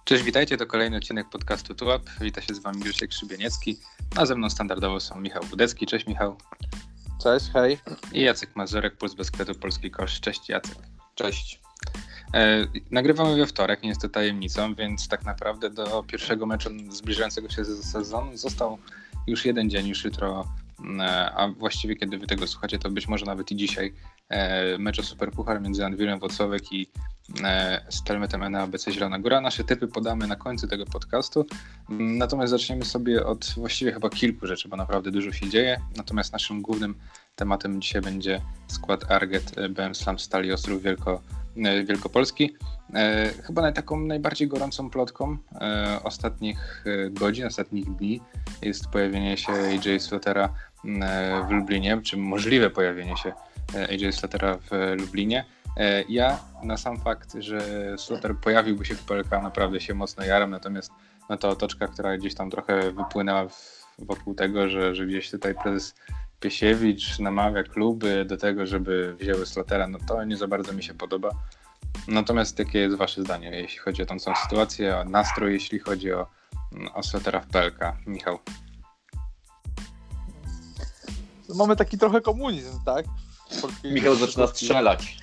Cześć, witajcie, to kolejny odcinek podcastu TUAP. Wita się z wami Grzesiek Szybieniecki, a ze mną standardowo są Michał Budecki. Cześć Michał. Cześć, hej. I Jacek Mazurek, Puls bez kredu Polski Kosz. Cześć Jacek. Cześć. Nagrywamy we wtorek, nie jest to tajemnicą, więc tak naprawdę do pierwszego meczu zbliżającego się sezonu został już jeden dzień, już jutro, a właściwie kiedy wy tego słuchacie, to być może nawet i dzisiaj, mecz o Superpuchar między Anwilem Włocławek i Stelmetem Enea ABC Zielona Góra. Nasze typy podamy na końcu tego podcastu, natomiast zaczniemy sobie od właściwie chyba kilku rzeczy, bo naprawdę dużo się dzieje. Natomiast naszym głównym tematem dzisiaj będzie skład Arget BM Slam Stali Ostrów Wielkopolski. Chyba taką najbardziej gorącą plotką ostatnich godzin, ostatnich dni jest pojawienie się AJ Slaughtera w Lublinie, czy możliwe pojawienie się AJ Slaughtera w Lublinie. Ja na sam fakt, że Slaughter pojawiłby się w PLK, naprawdę się mocno jaram, natomiast ta otoczka, która gdzieś tam trochę wypłynęła wokół tego, że gdzieś tutaj prezes Piesiewicz namawia kluby do tego, żeby wzięły Slaughtera, no to nie za bardzo mi się podoba. Natomiast jakie jest wasze zdanie, jeśli chodzi o tą całą sytuację, o nastrój, jeśli chodzi o Slaughtera w PLK? Michał. Mamy taki trochę komunizm, tak? Michał zaczyna strzelać.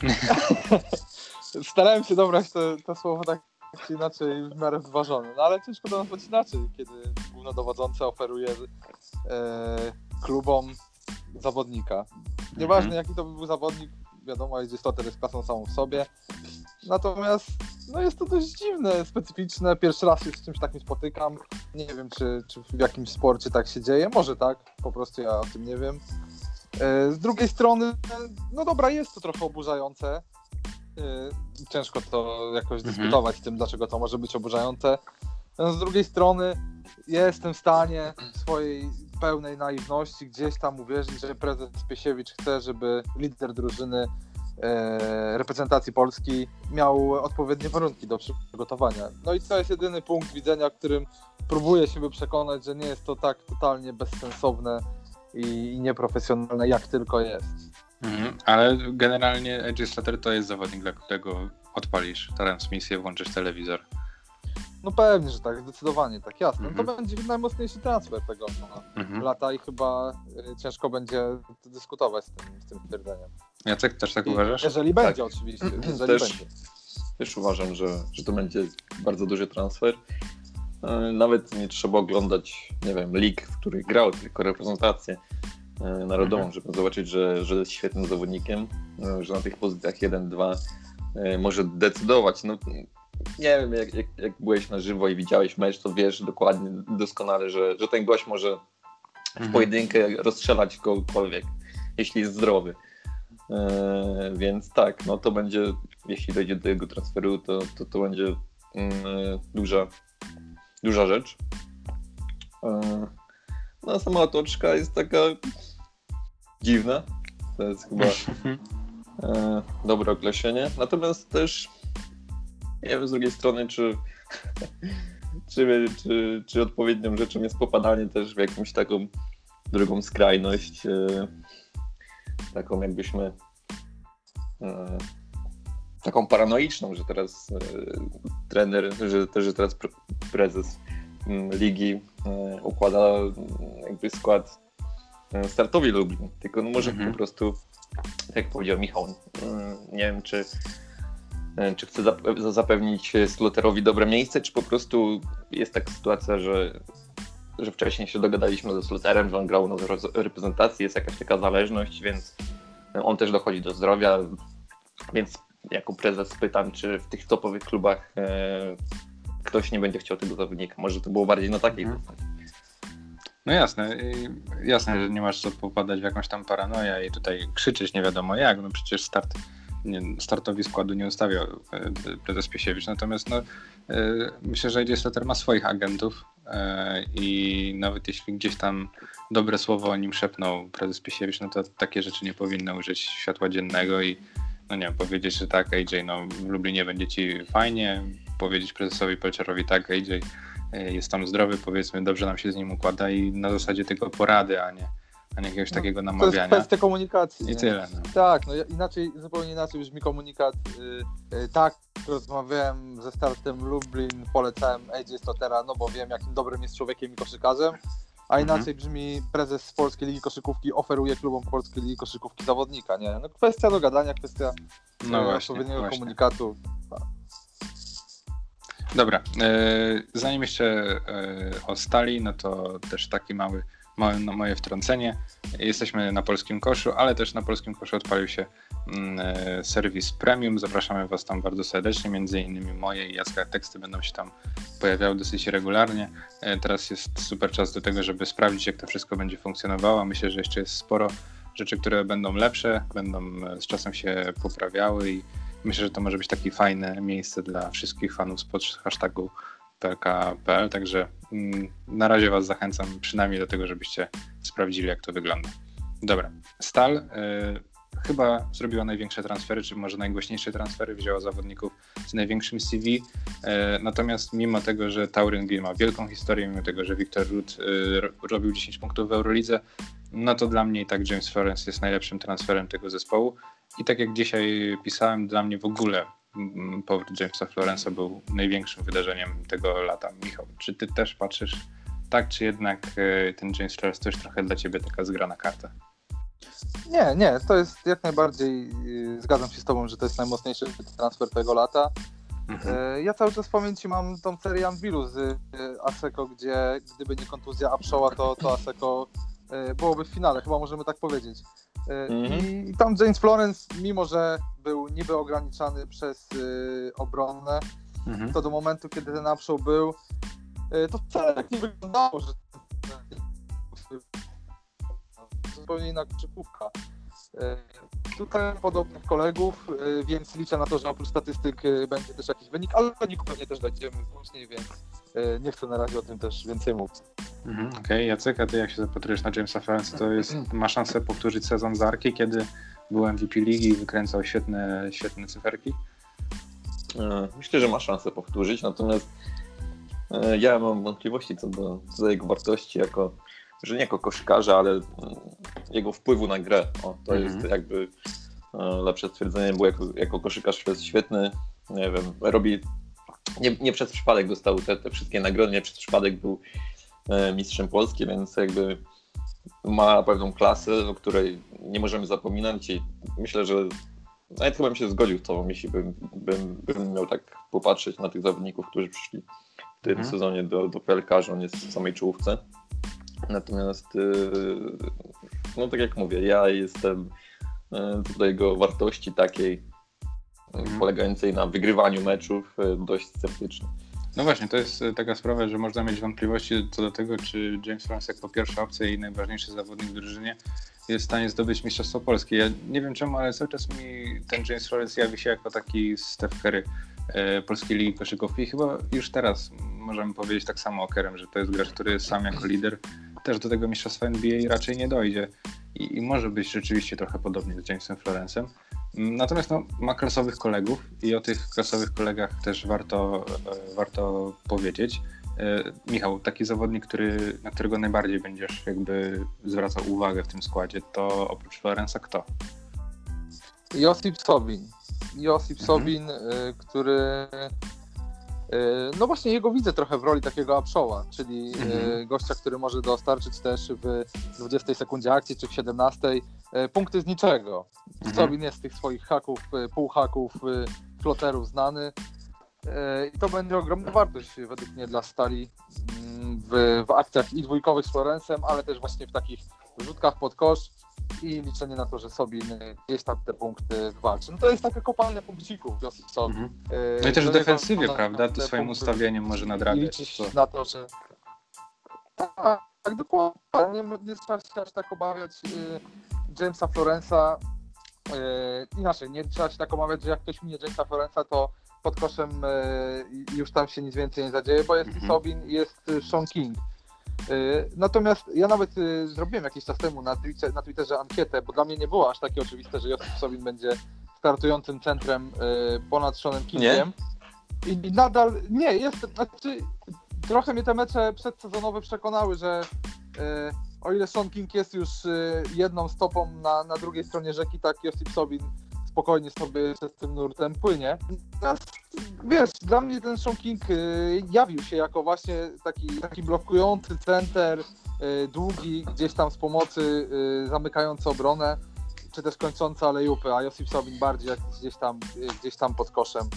Starałem się dobrać to słowo tak czy inaczej w miarę wyważone, no ale ciężko to nazwać inaczej, kiedy głównodowodzący oferuje klubom zawodnika. Nieważne jaki to by był zawodnik, wiadomo, że Slaughter jest klasą samą w sobie. Natomiast no jest to dość dziwne, specyficzne. Pierwszy raz się z czymś takim spotykam. Nie wiem, czy w jakimś sporcie tak się dzieje. Może tak, po prostu ja o tym nie wiem. Z drugiej strony, no dobra, jest to trochę oburzające. Ciężko to jakoś dyskutować z tym, dlaczego to może być oburzające. Z drugiej strony jestem w stanie swojej pełnej naiwności gdzieś tam uwierzyć, że prezes Piesiewicz chce, żeby lider drużyny reprezentacji Polski miał odpowiednie warunki do przygotowania. No i to jest jedyny punkt widzenia, w którym próbuję się przekonać, że nie jest to tak totalnie bezsensowne i nieprofesjonalne, jak tylko jest. Ale generalnie AJ Slaughter to jest zawodnik, dla którego odpalisz transmisję, włączysz telewizor. No pewnie, że tak, zdecydowanie, tak, jasne. To będzie najmocniejszy transfer tego lata i chyba ciężko będzie dyskutować z tym twierdzeniem. Jacek, też tak uważasz? Jeżeli będzie oczywiście. Też uważam, że to będzie bardzo duży transfer. Nawet nie trzeba oglądać, nie wiem, lig, w których grał, tylko reprezentację narodową, żeby zobaczyć, że jest świetnym zawodnikiem, że na tych pozycjach 1-2 może decydować. No, nie wiem, jak byłeś na żywo i widziałeś mecz, to wiesz doskonale, że ten gość może w pojedynkę rozstrzelać kogokolwiek, jeśli jest zdrowy. Więc tak, no to będzie, jeśli dojdzie do jego transferu, to będzie duża rzecz. No sama otoczka jest taka dziwna, to jest chyba dobre określenie, natomiast też nie wiem z drugiej strony, czy odpowiednią rzeczą jest popadanie też w jakąś taką drugą skrajność, taką jakbyśmy taką paranoiczną, że teraz trener, że teraz prezes ligi układa jakby skład startowi Lublin, tylko no może po prostu, tak jak powiedział Michał, nie wiem czy chce zapewnić Slaughterowi dobre miejsce, czy po prostu jest taka sytuacja, że wcześniej się dogadaliśmy ze Slaugterem, że on grał na reprezentacji, jest jakaś taka zależność, więc on też dochodzi do zdrowia, więc jako prezes pytam, czy w tych topowych klubach ktoś nie będzie chciał tego zawodnika. Może to było bardziej na takiej zasadzie. No jasne, że nie masz co popadać w jakąś tam paranoję i tutaj krzyczeć nie wiadomo jak, no przecież startowi składu nie ustawiał prezes Piesiewicz, natomiast myślę, że AJ Slaughter ma swoich agentów i nawet jeśli gdzieś tam dobre słowo o nim szepnął prezes Piesiewicz, no to takie rzeczy nie powinny ujrzeć światła dziennego i no nie wiem, powiedzieć, że tak AJ, no w Lublinie będzie ci fajnie, powiedzieć prezesowi Pelczerowi tak AJ jest tam zdrowy, powiedzmy, dobrze nam się z nim układa i na zasadzie tylko porady, a a nie jakiegoś takiego To jest namawiania. kwestia komunikacji. I nie? tyle. No. Tak, no zupełnie inaczej brzmi komunikat. Tak, rozmawiałem ze Startem Lublin, polecałem AJ Stottera, no bo wiem, jakim dobrym jest człowiekiem i koszykarzem, a inaczej brzmi prezes Polskiej Ligi Koszykówki oferuje klubom Polskiej Ligi Koszykówki zawodnika, nie? No kwestia dogadania, kwestia odpowiedniego komunikatu. Dobra, zanim jeszcze o Stali, no to też takie małe moje wtrącenie. Jesteśmy na Polskim Koszu, ale też na Polskim Koszu odpalił się serwis premium. Zapraszamy Was tam bardzo serdecznie, między innymi moje i Jacka teksty będą się tam pojawiały dosyć regularnie. Teraz jest super czas do tego, żeby sprawdzić, jak to wszystko będzie funkcjonowało. Myślę, że jeszcze jest sporo rzeczy, które będą lepsze, będą z czasem się poprawiały i myślę, że to może być takie fajne miejsce dla wszystkich fanów spod hashtagu PLK.pl, także na razie Was zachęcam przynajmniej do tego, żebyście sprawdzili, jak to wygląda. Dobra, Stal chyba zrobiła największe transfery, czy może najgłośniejsze transfery, wzięła zawodników z największym CV, natomiast mimo tego, że Taurin Bill ma wielką historię, mimo tego, że Victor Ruth robił 10 punktów w Eurolidze, no to dla mnie i tak James Florence jest najlepszym transferem tego zespołu i tak jak dzisiaj pisałem, dla mnie w ogóle powrót Jamesa Florence'a był największym wydarzeniem tego lata. Michał, czy ty też patrzysz tak, czy jednak ten James Florence to już trochę dla ciebie taka zgrana karta? Nie, to jest jak najbardziej, zgadzam się z tobą, że to jest najmocniejszy transfer tego lata. Ja cały czas w pamięci mam tą serię Anvilu z Asseco, gdzie gdyby nie kontuzja Upshawa, to Asseco byłoby w finale, chyba możemy tak powiedzieć. I tam James Florence, mimo że był niby ograniczany przez obronę, to do momentu, kiedy ten Upshaw był, to wcale tak nie wyglądało, że zupełnie inna koszykówka. Tutaj podobnych kolegów, więc liczę na to, że oprócz statystyk będzie też jakiś wynik, ale wyniku pewnie też dojdziemy później, więc nie chcę na razie o tym też więcej mówić. Okej, Jacek, a ty jak się zapatrujesz na Jamesa Florence'a, to ma szansę powtórzyć sezon z Arki, kiedy był MVP ligi i wykręcał świetne cyferki? Myślę, że ma szansę powtórzyć, natomiast ja mam wątpliwości co do jego wartości że nie jako koszykarza, ale jego wpływu na grę. To jest jakby lepsze stwierdzenie, bo jako koszykarz jest świetny, nie wiem, robi, nie przez przypadek dostał te wszystkie nagrody, nie przez przypadek był mistrzem Polski, więc jakby ma pewną klasę, o której nie możemy zapominać i myślę, że nawet chyba bym się zgodził z tobą, jeśli bym miał tak popatrzeć na tych zawodników, którzy przyszli w tym sezonie do PLK, że on jest w samej czołówce. Natomiast no tak jak mówię, ja jestem do jego wartości takiej polegającej na wygrywaniu meczów dość sceptyczny. No właśnie, to jest taka sprawa, że można mieć wątpliwości co do tego, czy James Florence jako pierwsza opcja i najważniejszy zawodnik w drużynie jest w stanie zdobyć Mistrzostwo Polskie. Ja nie wiem czemu, ale cały czas mi ten James Florence jawi się jako taki Steph Curry Polskiej Ligi Koszykówki. Chyba już teraz możemy powiedzieć tak samo o Kerem, że to jest gracz, który sam jako lider też do tego mistrzostwa NBA raczej nie dojdzie i może być rzeczywiście trochę podobnie z Jamesem Florence'em. Natomiast ma klasowych kolegów i o tych klasowych kolegach też warto powiedzieć. Michał, taki zawodnik, na którego najbardziej będziesz jakby zwracał uwagę w tym składzie, to oprócz Florence'a kto? Josip Sobin, który no właśnie jego widzę trochę w roli takiego Upshawa, czyli gościa, który może dostarczyć też w 20 sekundzie akcji czy w 17 punkty z niczego. Sobin jest z tych swoich haków, półhaków, floterów znany i to będzie ogromna wartość według mnie dla Stali w akcjach i dwójkowych z Florencem, ale też właśnie w takich rzutkach pod kosz i liczenie na to, że Sobin gdzieś tam te punkty walczy. No to jest taka kopalnia punkcików, Josip Sobin. No i też w defensywie, prawda? To swoim ustawieniem może nadrabiać. Liczyć na to, że tak dokładnie, nie trzeba się aż tak obawiać Jamesa Florence'a. Inaczej, nie trzeba się tak obawiać, że jak ktoś minie Jamesa Florence'a, to pod koszem już tam się nic więcej nie zadzieje, bo jest Sobin i jest Sean King. Natomiast ja nawet zrobiłem jakiś czas temu na Twitterze ankietę, bo dla mnie nie było aż takie oczywiste, że Josip Sobin będzie startującym centrem ponad Seanem Kingiem. I nadal nie, trochę mnie te mecze przedsezonowe przekonały, że o ile Sean King jest już jedną stopą na drugiej stronie rzeki, tak Josip Sobin spokojnie sobie z tym nurtem płynie. Natomiast, wiesz, dla mnie ten Sean King jawił się jako właśnie taki blokujący center, długi, gdzieś tam z pomocy, zamykający obronę, czy też kończący alejupy, a Josip Sobin bardziej jak gdzieś tam pod koszem.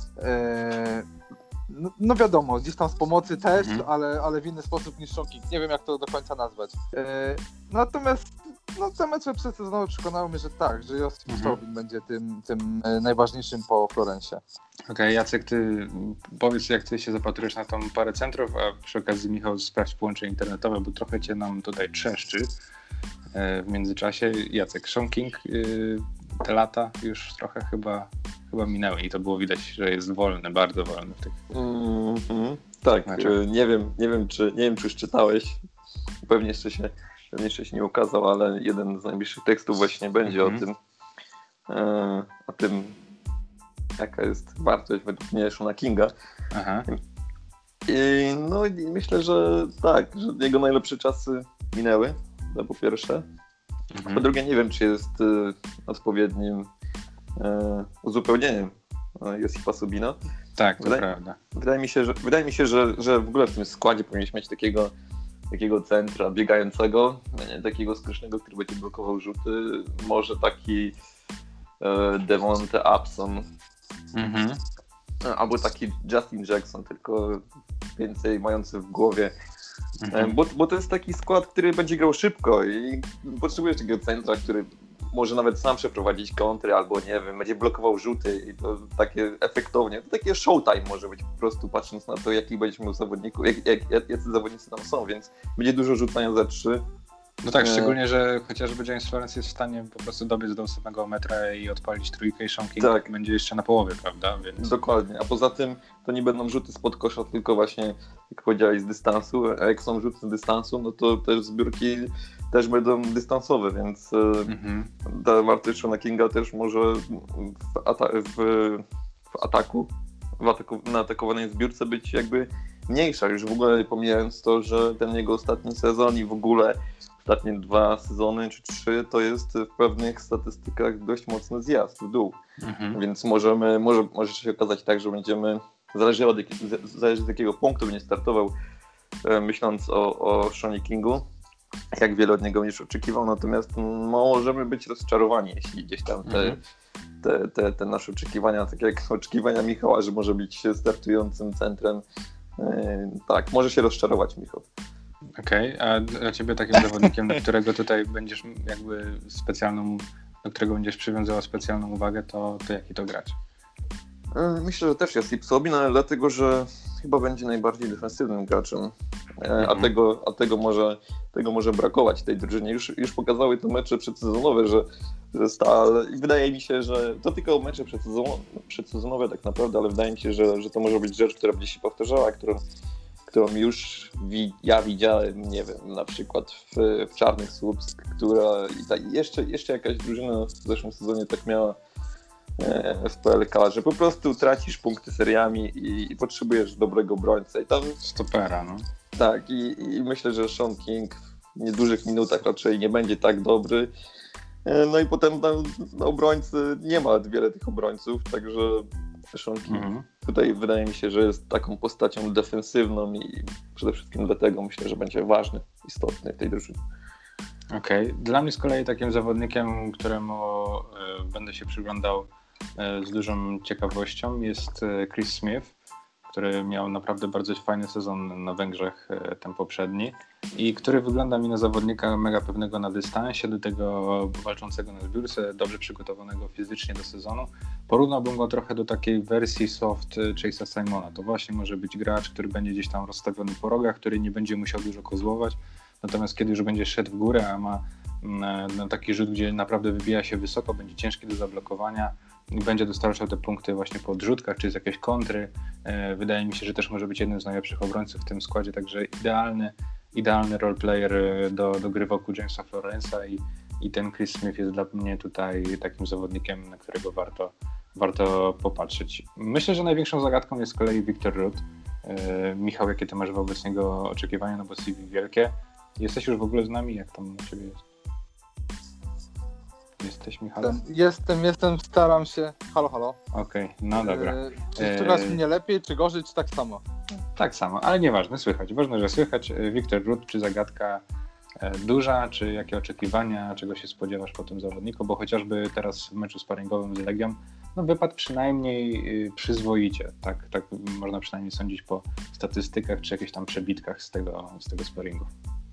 No wiadomo, gdzieś tam z pomocy też, ale w inny sposób niż Sean King. Nie wiem, jak to do końca nazwać. Natomiast te mecze przedsezonowe przekonały mnie, że tak, że Josip Sobin będzie tym najważniejszym po Florencie. Okej, Jacek, ty powiedz, jak ty się zapatrujesz na tą parę centrów, a przy okazji, Michał, sprawdź połączenie internetowe, bo trochę cię nam tutaj trzeszczy w międzyczasie. Jacek, Sean King, te lata już trochę chyba minęły i to było widać, że jest wolny, bardzo wolny w tych tak, meczach. nie wiem, czy już czytałeś, pewnie jeszcze się nie ukazał, ale jeden z najbliższych tekstów właśnie będzie o tym, jaka jest wartość według mnie Seana Kinga. Aha. I myślę, że tak, że jego najlepsze czasy minęły, to po pierwsze. Po drugie, nie wiem, czy jest odpowiednim uzupełnieniem Josipa Sobina. Tak, to prawda. Wydaje mi się, że w ogóle w tym składzie powinieneś mieć takiego centra biegającego, nie takiego skutecznego, który będzie blokował rzuty. Może taki Devonte Upson. Albo taki Justin Jackson, tylko więcej mający w głowie. Bo to jest taki skład, który będzie grał szybko i potrzebujesz takiego centra, który może nawet sam przeprowadzić kontry, albo nie wiem, będzie blokował rzuty i to takie efektownie. To takie showtime może być po prostu, patrząc na to, jakich będziesz miał zawodników, jacy zawodnicy tam są, więc będzie dużo rzucania za 3. No tak, szczególnie, że chociażby James Florence jest w stanie po prostu dobiec do 8 metra i odpalić trójkę i Sean King będzie jeszcze na połowie, prawda? Więc... Dokładnie, a poza tym to nie będą rzuty spod kosza, tylko właśnie, jak powiedziałeś, z dystansu, a jak są rzuty z dystansu, no to też zbiórki też będą dystansowe, więc ta wartość Seana Kinga też może na atakowanej zbiórce być jakby mniejsza, już w ogóle pomijając to, że ten jego ostatni sezon i w ogóle ostatnie 2 sezony czy 3 to jest w pewnych statystykach dość mocny zjazd w dół. Więc może się okazać tak, że będziemy, zależy z jakiego punktu będzie startował, myśląc o Seanie Kingu, jak wiele od niego będziesz oczekiwał, natomiast możemy być rozczarowani, jeśli gdzieś tam te nasze oczekiwania, tak jak oczekiwania Michała, że może być startującym centrem, tak, może się rozczarować Michał. Okej, a dla ciebie takim zawodnikiem, do którego tutaj będziesz jakby do którego będziesz przywiązała specjalną uwagę, to jaki to gracz? Myślę, że też jest Sobin, ale dlatego, że chyba będzie najbardziej defensywnym graczem, a tego może brakować tej drużynie. Już pokazały te mecze przedsezonowe, że Stal, i wydaje mi się, że to tylko mecze przedsezonowe tak naprawdę, ale wydaje mi się, że to może być rzecz, która będzie się powtarzała, którą już ja widziałem, nie wiem, na przykład w Czarnych Słupsk, która jeszcze jakaś drużyna w zeszłym sezonie tak miała w PLK, że po prostu tracisz punkty seriami i potrzebujesz dobrego obrońcę. I tam stopera, no. Tak, i myślę, że Sean King w niedużych minutach raczej nie będzie tak dobry. No i potem na obrońcy nie ma wiele tych obrońców, także Sean King tutaj wydaje mi się, że jest taką postacią defensywną i przede wszystkim dlatego myślę, że będzie ważny, istotny w tej drużynie. Okej. Dla mnie z kolei takim zawodnikiem, któremu będę się przyglądał z dużą ciekawością, jest Chris Smith, który miał naprawdę bardzo fajny sezon na Węgrzech, ten poprzedni, i który wygląda mi na zawodnika mega pewnego na dystansie, do tego walczącego na zbiórce, dobrze przygotowanego fizycznie do sezonu. Porównałbym go trochę do takiej wersji soft Chase'a Simona. To właśnie może być gracz, który będzie gdzieś tam rozstawiony po rogach, który nie będzie musiał dużo kozłować, natomiast kiedy już będzie szedł w górę, a ma taki rzut, gdzie naprawdę wybija się wysoko, będzie ciężki do zablokowania, będzie dostarczał te punkty właśnie po odrzutkach czy z jakiejś kontry. Wydaje mi się, że też może być jednym z najlepszych obrońców w tym składzie, także idealny roleplayer do gry wokół Jamesa Florence'a i ten Chris Smith jest dla mnie tutaj takim zawodnikiem, na którego warto popatrzeć. Myślę, że największą zagadką jest z kolei Victor Ruth. Michał, jakie ty masz wobec niego oczekiwania, no bo CV wielkie. Jesteś już w ogóle z nami? Jak tam u ciebie jest? Jesteś, Michał? Jestem, staram się. Halo. Okej, no dobra. Czy słychać mnie lepiej, czy gorzej, czy tak samo? Tak samo, ale nieważne, słychać. Ważne, że słychać. Wiktor Rudd, czy zagadka duża, czy jakie oczekiwania, czego się spodziewasz po tym zawodniku, bo chociażby teraz w meczu sparingowym z Legią wypadł przynajmniej przyzwoicie, tak można przynajmniej sądzić po statystykach, czy jakichś tam przebitkach z tego sparingu.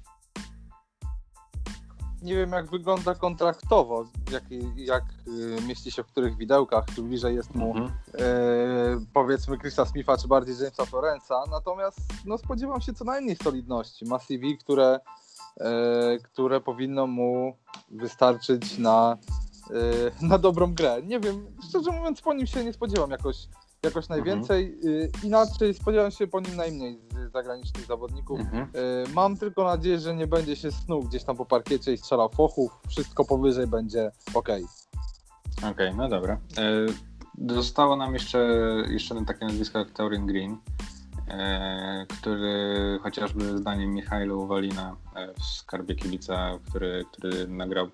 Nie wiem, jak wygląda kontraktowo, jak mieści się w których widełkach, czy bliżej jest mu powiedzmy Chrisa Smitha, czy bardziej Jamesa Florence'a, natomiast spodziewam się co najmniej solidności. Ma CV, które powinno mu wystarczyć na dobrą grę. Nie wiem, szczerze mówiąc, po nim się nie spodziewam jakoś najwięcej. Inaczej spodziewam się po nim najmniej z zagranicznych zawodników. Mam tylko nadzieję, że nie będzie się snuł gdzieś tam po parkiecie i strzelał fochów. Wszystko powyżej będzie okej. Okej, no dobra. Zostało nam jeszcze takie nazwisko jak Taurin Green, który chociażby zdaniem Michaila Uwalina w Skarbie Kibica, który nagrał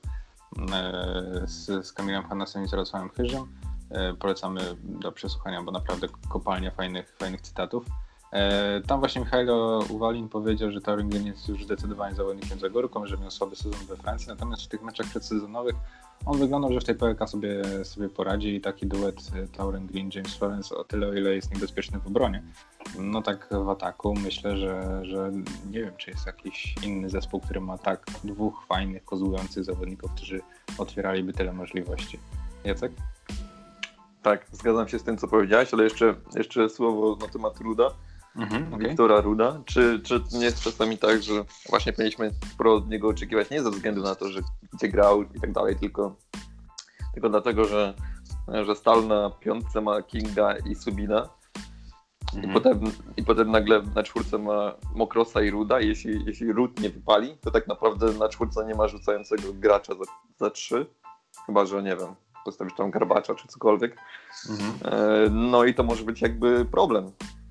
z Kamilem Hanasem i Jarosławem Chyżem. Polecamy do przesłuchania, bo naprawdę kopalnia fajnych cytatów. Tam właśnie Michailo Uwalin powiedział, że Taurin Green jest już zdecydowanie zawodnikiem za górką, że miał słaby sezon we Francji, natomiast w tych meczach przedsezonowych on wyglądał, że w tej PLK sobie poradzi i taki duet Taurin Green, James Florence o tyle, o ile jest niebezpieczny w obronie. No tak w ataku myślę, że nie wiem, czy jest jakiś inny zespół, który ma tak dwóch fajnych, kozłujących zawodników, którzy otwieraliby tyle możliwości. Jacek? Tak, zgadzam się z tym, co powiedziałeś, ale jeszcze słowo na temat Rudda. Okay. Wiktora Rudda. Czy nie jest czasami tak, że właśnie powinniśmy sporo od niego oczekiwać, nie ze względu na to, że gdzie grał i tak dalej, tylko dlatego, że Stal na piątce ma Kinga i Subina i potem nagle na czwórce ma Mokrosa i Rudda i jeśli Rudd nie wypali, to tak naprawdę na czwórce nie ma rzucającego gracza za 3, chyba że nie wiem, postawisz tam Garbacza czy cokolwiek. No i to może być jakby problem.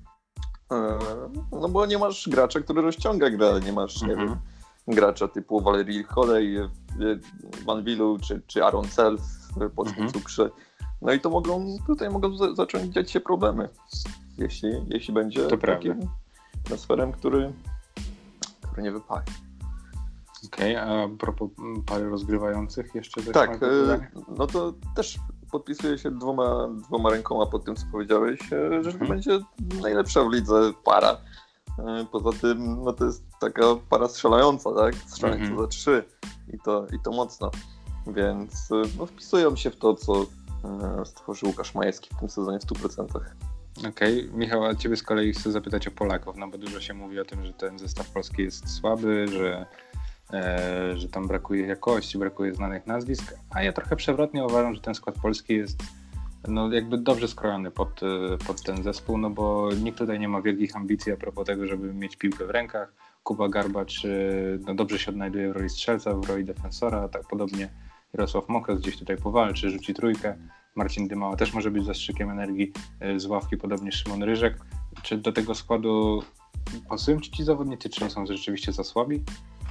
No bo nie masz gracza, który rozciąga grę, nie masz nie wiem, gracza typu Valerie Holej, Van Wilu czy Aaron Self pod cukrze. No i to mogą zacząć dziać się problemy, jeśli będzie to takim transferem, który nie wypali. Okej, a propos pary rozgrywających jeszcze coś? Tak, no to też podpisuję się dwoma rękoma pod tym, co powiedziałeś, że to będzie najlepsza w lidze para. Poza tym, no to jest taka para strzelająca, tak? Strzelająca za 3 i to mocno. Więc wpisują się w to, co stworzył Łukasz Majewski w tym sezonie w 100%. Okej, Michał, a ciebie z kolei chcę zapytać o Polaków, no bo dużo się mówi o tym, że ten zestaw polski jest słaby, że tam brakuje jakości, brakuje znanych nazwisk, a ja trochę przewrotnie uważam, że ten skład polski jest jakby dobrze skrojony pod ten zespół, no bo nikt tutaj nie ma wielkich ambicji a propos tego, żeby mieć piłkę w rękach. Kuba Garbacz dobrze się odnajduje w roli strzelca, w roli defensora, tak podobnie Jarosław Mokros gdzieś tutaj powalczy, rzuci trójkę. Marcin Dymała też może być zastrzykiem energii z ławki, podobnie Szymon Ryżek. Czy do tego składu pasują ci zawodnicy, czy są rzeczywiście za słabi?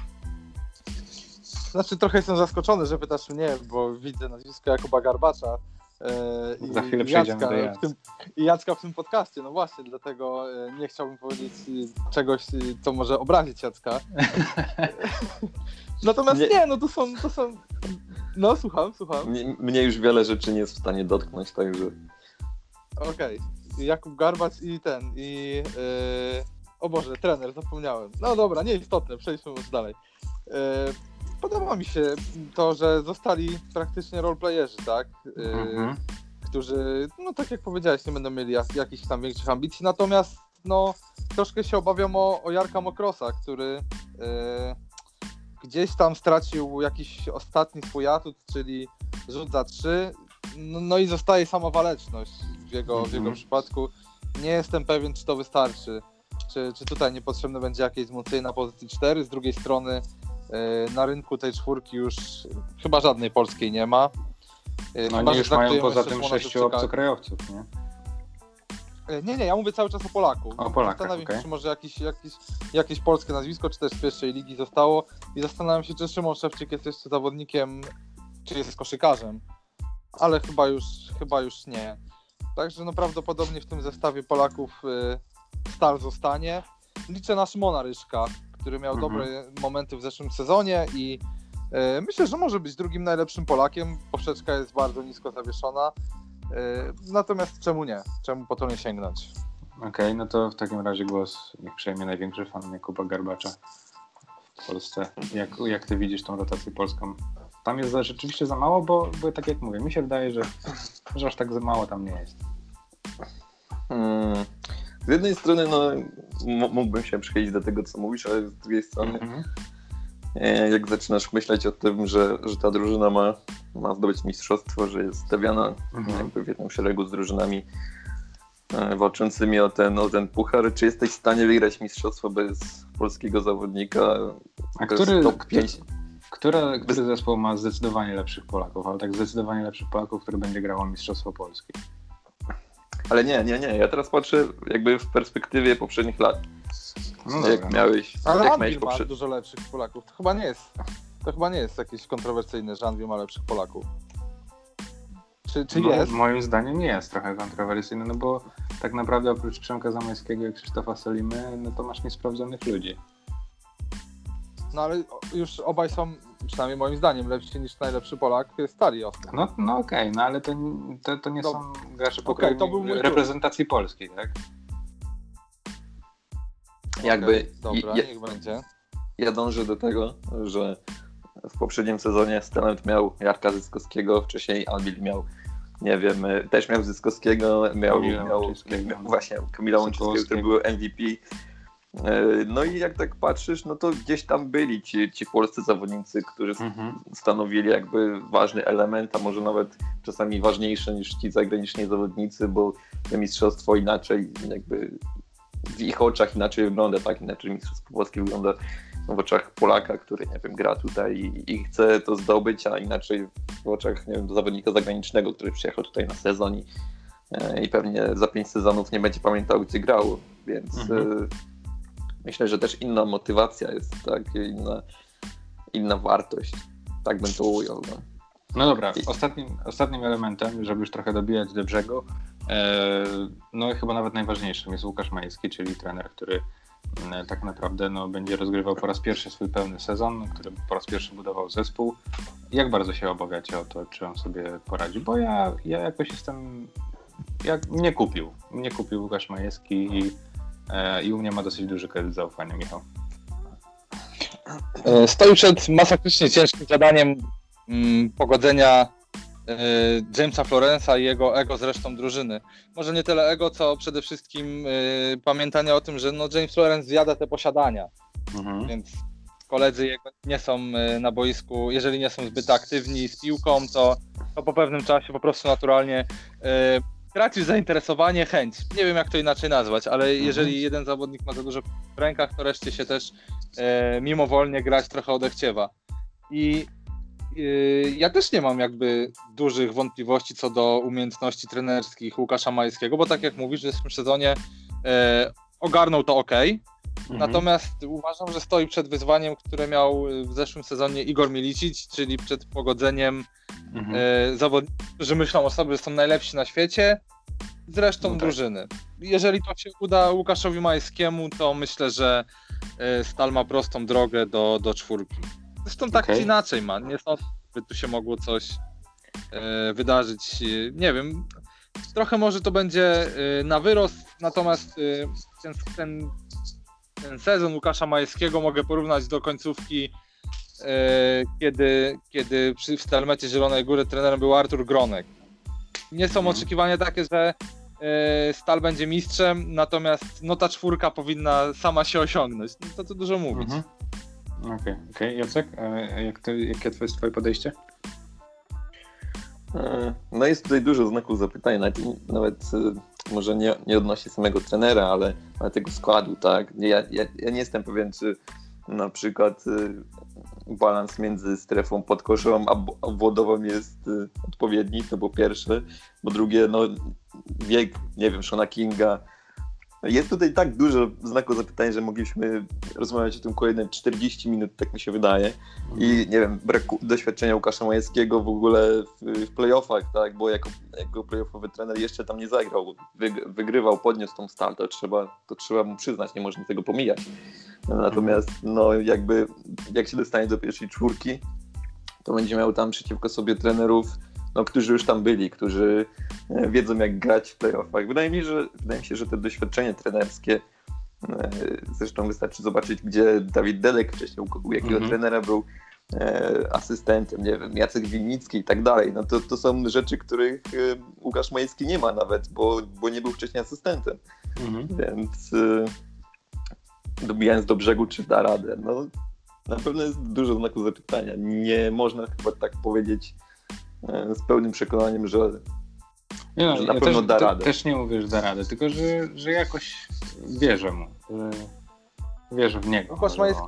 Znaczy trochę jestem zaskoczony, że pytasz mnie, bo widzę nazwisko Jakuba Garbacza za chwilę przejdziemy do Jacka. I Jacka w tym podcaście, no właśnie, dlatego nie chciałbym powiedzieć czegoś, co może obrazić Jacka. Natomiast to są... No, słucham. Mnie już wiele rzeczy nie jest w stanie dotknąć, także... Okej. Jakub Garbacz o Boże, trener, zapomniałem. No dobra, nieistotne, przejdźmy już dalej. Podoba mi się to, że zostali praktycznie roleplayerzy, tak? Którzy, no tak jak powiedziałeś, nie będą mieli jakichś tam większych ambicji, natomiast troszkę się obawiam o Jarka Mokrosa, który gdzieś tam stracił jakiś ostatni swój atut, czyli rzut za 3, no i zostaje sama waleczność w jego przypadku. Nie jestem pewien, czy to wystarczy, czy tutaj niepotrzebne będzie jakieś wzmocnienie na pozycji 4, z drugiej strony na rynku tej czwórki już chyba żadnej polskiej nie ma. No oni już mają poza tym 6 obcokrajowców, nie? Nie, ja mówię cały czas o Polaku. O Polakach, Zastanawiam się, okej. czy może jakieś polskie nazwisko, czy też z pierwszej ligi zostało. I zastanawiam się, czy Szymon Szewczyk jest jeszcze zawodnikiem, czy jest koszykarzem. Ale chyba już nie. Także no prawdopodobnie w tym zestawie Polaków Stal zostanie. Liczę na Szymona Ryżka, który miał dobre momenty w zeszłym sezonie i myślę, że może być drugim najlepszym Polakiem. Poprzeczka jest bardzo nisko zawieszona. Natomiast czemu nie? Czemu po to nie sięgnąć? Okej, no to w takim razie głos niech przejmie największy fan Jakuba Garbacza w Polsce. Jak ty widzisz tą rotację polską? Tam jest rzeczywiście za mało, bo tak jak mówię, mi się wydaje, że aż tak za mało tam nie jest. Z jednej strony mógłbym się przychylić do tego, co mówisz, ale z drugiej strony jak zaczynasz myśleć o tym, że ta drużyna ma zdobyć mistrzostwo, że jest stawiana jakby w jednym szeregu z drużynami walczącymi o ten puchar, czy jesteś w stanie wygrać mistrzostwo bez polskiego zawodnika? A który zespół ma zdecydowanie lepszych Polaków, ale tak zdecydowanie lepszych Polaków, który będzie grał o mistrzostwo Polski? Ale nie. Ja teraz patrzę jakby w perspektywie poprzednich lat. No jak dobra, miałeś. Ale jak Anwil ma dużo lepszych Polaków. To chyba nie jest jakieś kontrowersyjne, że Anwil ma lepszych Polaków. Czy jest? Moim zdaniem jest trochę kontrowersyjne, no bo tak naprawdę oprócz Przemka Zamoyskiego i Krzysztofa Solimy, no to masz niesprawdzonych ludzi. No ale już obaj są, przynajmniej moim zdaniem, lepsi niż najlepszy Polak Stali Ostrów. No okej, no ale to nie są gracze pokroju to był mój reprezentacji polskiej, tak? Jakby dobra, niech będzie. Ja dążę do tego, że w poprzednim sezonie Stalent miał Jarka Zyskowskiego, wcześniej Anwil miał, nie wiem, też miał Zyskowskiego, miał właśnie Kamila Łączyckiego, który był MVP. No i jak tak patrzysz, no to gdzieś tam byli ci polscy zawodnicy, którzy stanowili jakby ważny element, a może nawet czasami ważniejszy niż ci zagraniczni zawodnicy, bo to mistrzostwo inaczej jakby w ich oczach inaczej wygląda, tak? Inaczej mistrzostwo polskie wygląda w oczach Polaka, który, nie wiem, gra tutaj i chce to zdobyć, a inaczej w oczach, nie wiem, zawodnika zagranicznego, który przyjechał tutaj na sezon i pewnie za 5 sezonów nie będzie pamiętał, gdzie grał, więc myślę, że też inna motywacja jest, tak? Inna wartość, tak bym to ujął. No dobra, ostatnim elementem, żeby już trochę dobijać do brzegu, no chyba nawet najważniejszym jest Łukasz Majewski, czyli trener, który tak naprawdę będzie rozgrywał po raz pierwszy swój pełny sezon, który po raz pierwszy budował zespół. Jak bardzo się obawiacie o to, czy on sobie poradzi? Bo ja jakoś jestem... Mnie kupił Łukasz Majewski i u mnie ma dosyć duży kredyt zaufania, Michał. Stoi przed masakrycznie ciężkim zadaniem pogodzenia Jamesa Florensa i jego ego z resztą drużyny. Może nie tyle ego, co przede wszystkim pamiętanie o tym, że James Florence zjada te posiadania, więc koledzy jego nie są na boisku, jeżeli nie są zbyt aktywni z piłką, to po pewnym czasie po prostu naturalnie tracisz zainteresowanie, chęć. Nie wiem, jak to inaczej nazwać, ale jeżeli jeden zawodnik ma za dużo w rękach, to reszcie się też mimowolnie grać trochę odechciewa. I ja też nie mam jakby dużych wątpliwości co do umiejętności trenerskich Łukasza Majewskiego, bo tak jak mówisz, że w tym sezonie ogarnął to natomiast uważam, że stoi przed wyzwaniem, które miał w zeszłym sezonie Igor Milicic, czyli przed pogodzeniem zawodników, którzy myślą o sobie, że są najlepsi na świecie, z resztą drużyny. Jeżeli to się uda Łukaszowi Majewskiemu, to myślę, że Stal ma prostą drogę do 4. Zresztą tak czy inaczej ma. Nie sądzę, by tu się mogło coś wydarzyć. Nie wiem, trochę może to będzie na wyrost, natomiast ten sezon Łukasza Majewskiego mogę porównać do końcówki, kiedy w Stalmecie Zielonej Góry trenerem był Artur Gronek. Nie są oczekiwania takie, że Stal będzie mistrzem, natomiast ta 4 powinna sama się osiągnąć. To dużo mówić. Okej. Jacek, jakie jest twoje podejście? No jest tutaj dużo znaków zapytania, nawet może nie odnośnie samego trenera, ale tego składu, tak? Ja nie jestem pewien, czy na przykład balans między strefą podkoszową a obwodową jest odpowiedni, to było pierwsze. Po drugie, no wiek, nie wiem, Shona Kinga. Jest tutaj tak dużo znaków zapytania, że mogliśmy rozmawiać o tym kolejne 40 minut, tak mi się wydaje. I nie wiem, brak doświadczenia Łukasza Majewskiego w ogóle w playoffach, tak? Bo jako playoffowy trener jeszcze tam nie zagrał. Wygrywał, podniósł tą stal, to trzeba mu przyznać, nie można tego pomijać. Natomiast no jakby jak się dostanie do pierwszej czwórki, to będzie miał tam przeciwko sobie trenerów, no, którzy już tam byli, którzy wiedzą jak grać w playoffach. Wydaje mi się, że te doświadczenie trenerskie, zresztą wystarczy zobaczyć, gdzie Dawid Delek wcześniej u jakiego trenera był asystentem, nie wiem, Jacek Winnicki i tak dalej. No to są rzeczy, których Łukasz Majewski nie ma nawet, bo nie był wcześniej asystentem. Więc dobijając do brzegu, czy da radę? No na pewno jest dużo znaków zapytania. Nie można chyba tak powiedzieć z pełnym przekonaniem, że na pewno da radę. Też nie mówię, że da radę, tylko że jakoś wierzę mu. Wierzę w niego. Łukasz Majewski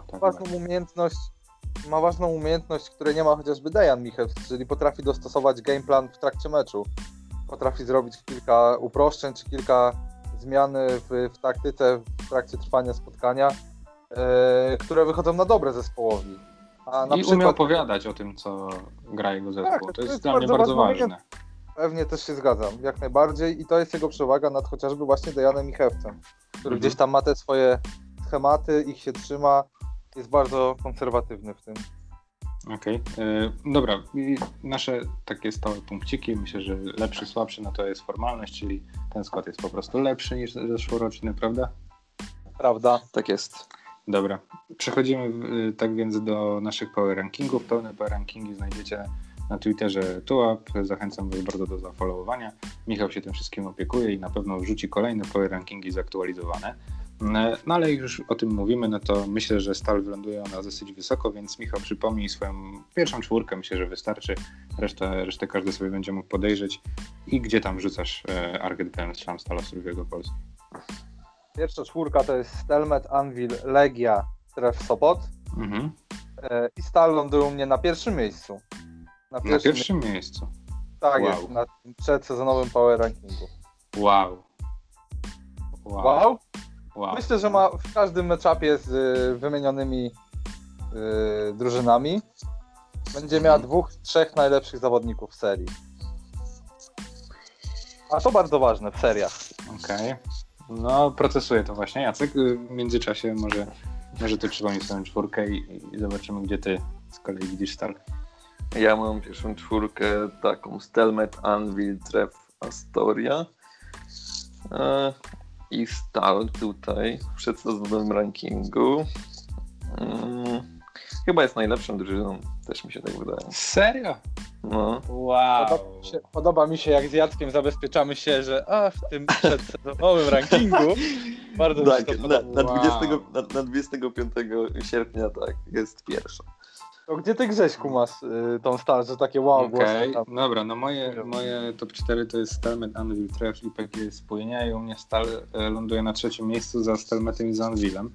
ma ważną umiejętność, której nie ma chociażby Dejan Michew, czyli potrafi dostosować gameplan w trakcie meczu. Potrafi zrobić kilka uproszczeń, czy kilka zmian w taktyce w trakcie trwania spotkania, które wychodzą na dobre zespołowi. I umie opowiadać o tym, co gra jego zespół. To jest dla mnie bardzo ważne. Pewnie też się zgadzam, jak najbardziej. I to jest jego przewaga nad chociażby właśnie Dejanem Michewcem, który gdzieś tam ma te swoje schematy, ich się trzyma, jest bardzo konserwatywny w tym. Okej. Dobra. I nasze takie stałe punkciki, myślę, że lepszy, słabszy, no to jest formalność, czyli ten skład jest po prostu lepszy niż zeszłoroczny, prawda? Prawda. Tak jest. Dobra. Przechodzimy tak więc do naszych power rankingów. Pełne power rankingi znajdziecie na Twitterze Tuap. Zachęcam Was bardzo do zafollowowania. Michał się tym wszystkim opiekuje i na pewno wrzuci kolejne power rankingi zaktualizowane. No ale jak już o tym mówimy, no to myślę, że Stal wyląduje ona dosyć wysoko, więc Michał, przypomnij swoją pierwszą czwórkę, myślę, że wystarczy. Resztę każdy sobie będzie mógł podejrzeć. I gdzie tam rzucasz Arget Grand Slam Stal Ostrów Wielkopolski? Pierwsza czwórka to jest Stelmet, Anwil, Legia, Tref Sopot. I Stal ląduje u mnie na pierwszym miejscu. Na pierwszym miejscu? Tak, wow. Jest, na przedsezonowym power rankingu. Wow. Myślę, że ma w każdym meczapie z wymienionymi drużynami będzie miała 2-3 najlepszych zawodników w serii. A to bardzo ważne w seriach. Okej. No, procesuję to właśnie. Jacek, w międzyczasie może ty przypomnij swoją czwórkę i zobaczymy, gdzie ty z kolei widzisz Stal. Ja mam pierwszą czwórkę taką Stelmet, Anvil, Tref, Astoria i Stal tutaj w przedsezonowym rankingu. Chyba jest najlepszą drużyną, też mi się tak wydaje. Serio? No. Wow. Podoba mi się, jak z Jackiem zabezpieczamy się, że w tym przedsezonowym rankingu bardzo tak, mi się to podoba. Na 25 sierpnia tak, jest pierwsza. To gdzie ty, Grześku, masz tą Stal, że takie wow Okej, dobra, no moje top 4 to jest Stelmet, Anvil, Tref i PG Spójnia i u mnie Stal ląduje na trzecim miejscu za Stelmetem i za Anvilem.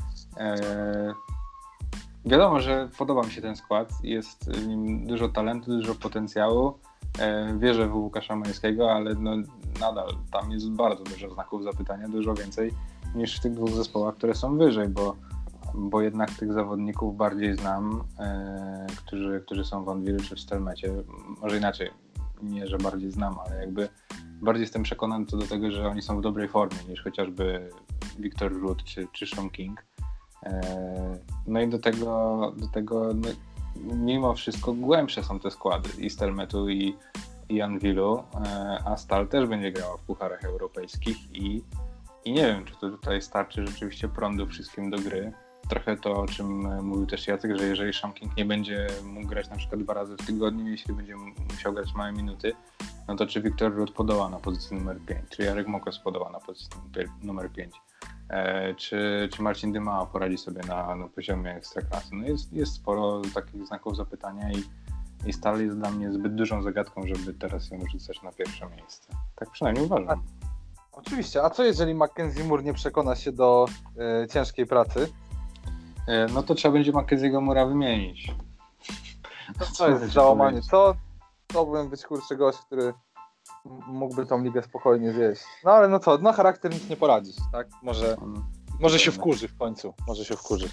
Wiadomo, że podoba mi się ten skład, jest w nim dużo talentu, dużo potencjału. Wierzę w Łukasza Majewskiego, ale no, nadal tam jest bardzo dużo znaków zapytania, dużo więcej niż w tych dwóch zespołach, które są wyżej, bo jednak tych zawodników bardziej znam, którzy są w Anwilu czy w Stelmecie. Może inaczej, nie, że bardziej znam, ale jakby bardziej jestem przekonany co do tego, że oni są w dobrej formie niż chociażby Victor Rudd czy Sean King. No i do tego no, mimo wszystko głębsze są te składy i Stelmetu i Anwilu, a Stal też będzie grała w pucharach europejskich i nie wiem, czy to tutaj starczy rzeczywiście prądu wszystkim do gry. Trochę to, o czym mówił też Jacek, że jeżeli Sean King nie będzie mógł grać na przykład 2 razy w tygodniu, jeśli będzie musiał grać małe minuty, no to czy Victor Rudd podoła na pozycję numer 5, czy Jarek Mokos podoła na pozycję numer 5, czy Marcin Dymała poradzi sobie na poziomie ekstraklasy. No jest sporo takich znaków zapytania i Stal jest dla mnie zbyt dużą zagadką, żeby teraz ją rzucać na pierwsze miejsce. Tak przynajmniej uważam. Oczywiście, a co jeżeli Mackenzie Moore nie przekona się do ciężkiej pracy? No to trzeba będzie Mackenzie'ego Mura wymienić. To jest załamanie. To powinien być kurczę gość, który mógłby tą ligę spokojnie zjeść. No ale no co, na charakter nic nie poradzisz, tak? Może się wkurzy w końcu. Może się wkurzy.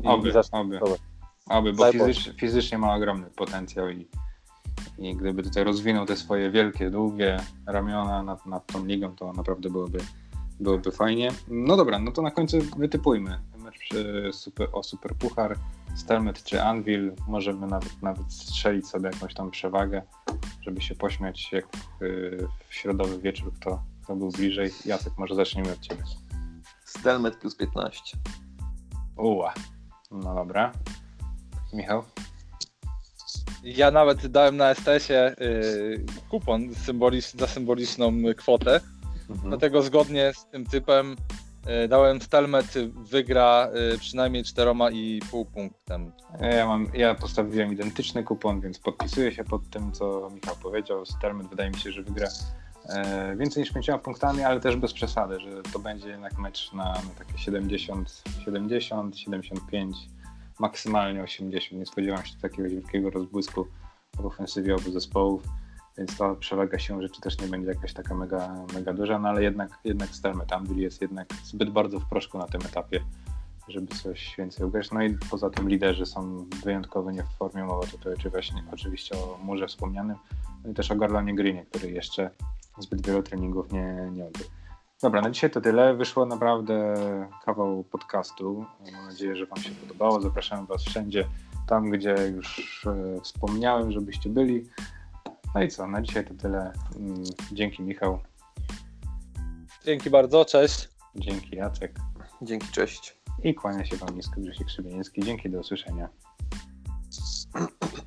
Oby, bo fizycznie ma ogromny potencjał i gdyby tutaj rozwinął te swoje wielkie, długie ramiona nad tą ligą, to naprawdę byłoby fajnie. No dobra, no to na końcu wytypujmy mecz o Superpuchar, Stelmet czy Anvil. Możemy nawet strzelić sobie jakąś tam przewagę, żeby się pośmiać jak w środowy wieczór, kto był bliżej. Jacek, może zacznijmy od Ciebie. Stelmet plus 15. No dobra. Michał? Ja nawet dałem na STS-ie kupon za symboliczną kwotę. Dlatego zgodnie z tym typem dałem Stelmet wygra przynajmniej 4,5 punktem. Ja postawiłem identyczny kupon, więc podpisuję się pod tym, co Michał powiedział. Stelmet wydaje mi się, że wygra więcej niż 5 punktami, ale też bez przesady, że to będzie jednak mecz na takie 70, 75, maksymalnie 80. Nie spodziewam się takiego wielkiego rozbłysku w ofensywie obu zespołów, więc ta przewaga siłą rzeczy też nie będzie jakaś taka mega duża, no ale jednak Stelmet Anvil jest jednak zbyt bardzo w proszku na tym etapie, żeby coś więcej ugrać. No i poza tym liderzy są wyjątkowo nie w formie, mowa tutaj oczywiście o Murze wspomnianym, no i też o Garlanie Greenie, który jeszcze zbyt wielu treningów nie odbył. Dobra, na dzisiaj to tyle. Wyszło naprawdę kawał podcastu. Mam nadzieję, że Wam się podobało. Zapraszam Was wszędzie, tam gdzie już wspomniałem, żebyście byli. No i co, na dzisiaj to tyle. Dzięki Michał. Dzięki bardzo, cześć. Dzięki Jacek. Dzięki, cześć. I kłania się Wam nisko Grzesiek Szybieniecki. Dzięki, do usłyszenia.